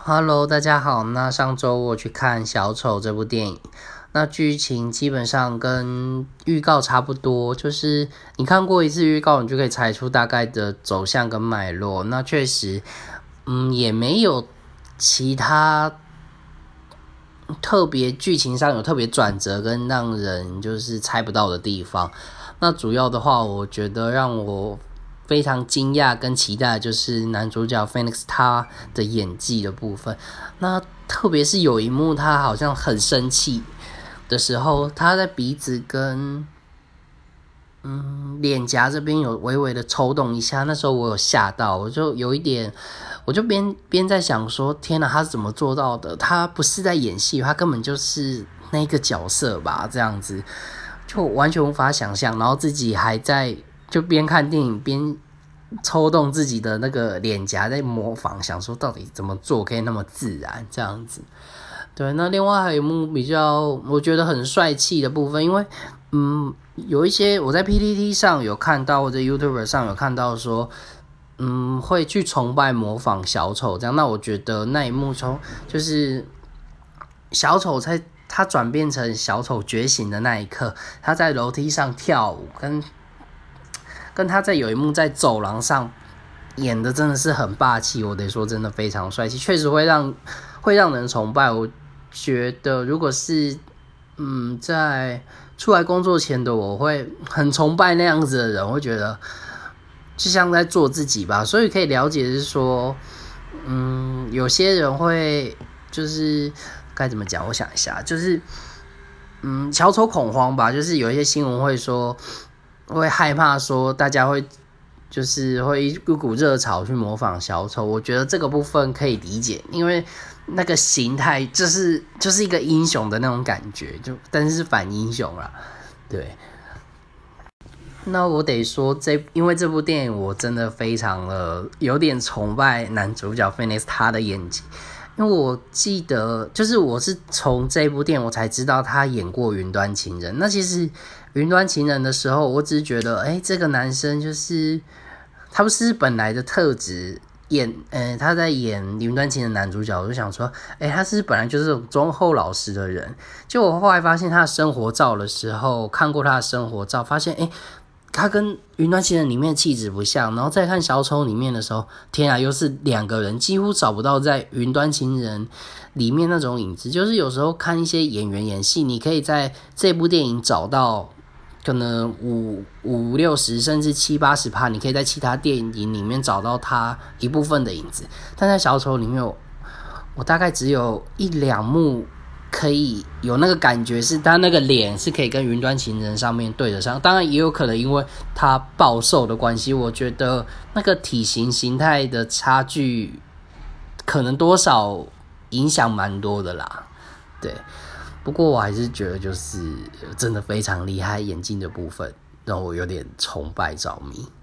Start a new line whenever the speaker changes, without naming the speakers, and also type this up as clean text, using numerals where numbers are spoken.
Hello，大家好。那上周我去看《小丑》这部电影，那剧情基本上跟预告差不多，就是你看过一次预告，你就可以猜出大概的走向跟脉络。那确实，也没有其他特别剧情上有特别转折跟让人就是猜不到的地方。那主要的话，我觉得让我非常惊讶跟期待的就是男主角 Phoenix 他的演技的部分。那特别是有一幕他好像很生气的时候，他在鼻子跟脸颊这边有微微的抽动一下，那时候我有吓到，我就有一点，我就边在想说，天哪，他是怎么做到的？他不是在演戏，他根本就是那个角色吧，这样子就完全无法想象，然后自己还在就边看电影边抽动自己的那个脸颊，在模仿，想说到底怎么做可以那么自然这样子。对，那另外还有一幕比较我觉得很帅气的部分，因为有一些我在 PTT 上有看到，或者 YouTube 上有看到说，会去崇拜模仿小丑这样。那我觉得那一幕就是小丑他转变成小丑觉醒的那一刻，他在楼梯上跳舞，跟他在有一幕在走廊上演的真的是很霸气，我得说真的非常帅气，确实会让人崇拜。我觉得如果是在出来工作前的我会很崇拜那样子的人，我会觉得就像在做自己吧。所以可以了解是说，有些人会就是该怎么讲？我想一下，就是小丑恐慌吧，就是有一些新闻会说会害怕说大家会。就是会一股热潮去模仿小丑，我觉得这个部分可以理解，因为那个形态就是一个英雄的那种感觉，但是反英雄啦，对。那我得说因为这部电影我真的非常的有点崇拜男主角 Phoenix 他的演技，因为我记得就是我是从这部电影我才知道他演过《云端情人》。那其实《云端情人》的时候，我只是觉得，这个男生就是他不是本来的特质他在演《云端情人》男主角，我就想说，他是本来就是这种忠厚老实的人。结果我后来发现他的生活照的时候，看过他的生活照，发现他跟《云端情人》里面的气质不像，然后再看《小丑》里面的时候，天啊，又是两个人，几乎找不到在《云端情人》里面那种影子。就是有时候看一些演员演戏，你可以在这部电影找到可能50%-60%甚至70-80%，你可以在其他电影里面找到他一部分的影子，但在《小丑》里面我大概只有1-2幕可以有那个感觉，是他那个脸是可以跟《云端情人》上面对得上。当然也有可能因为他暴瘦的关系，我觉得那个体型形态的差距可能多少影响蛮多的啦。对，不过我还是觉得就是真的非常厉害，演技的部分让我有点崇拜着迷。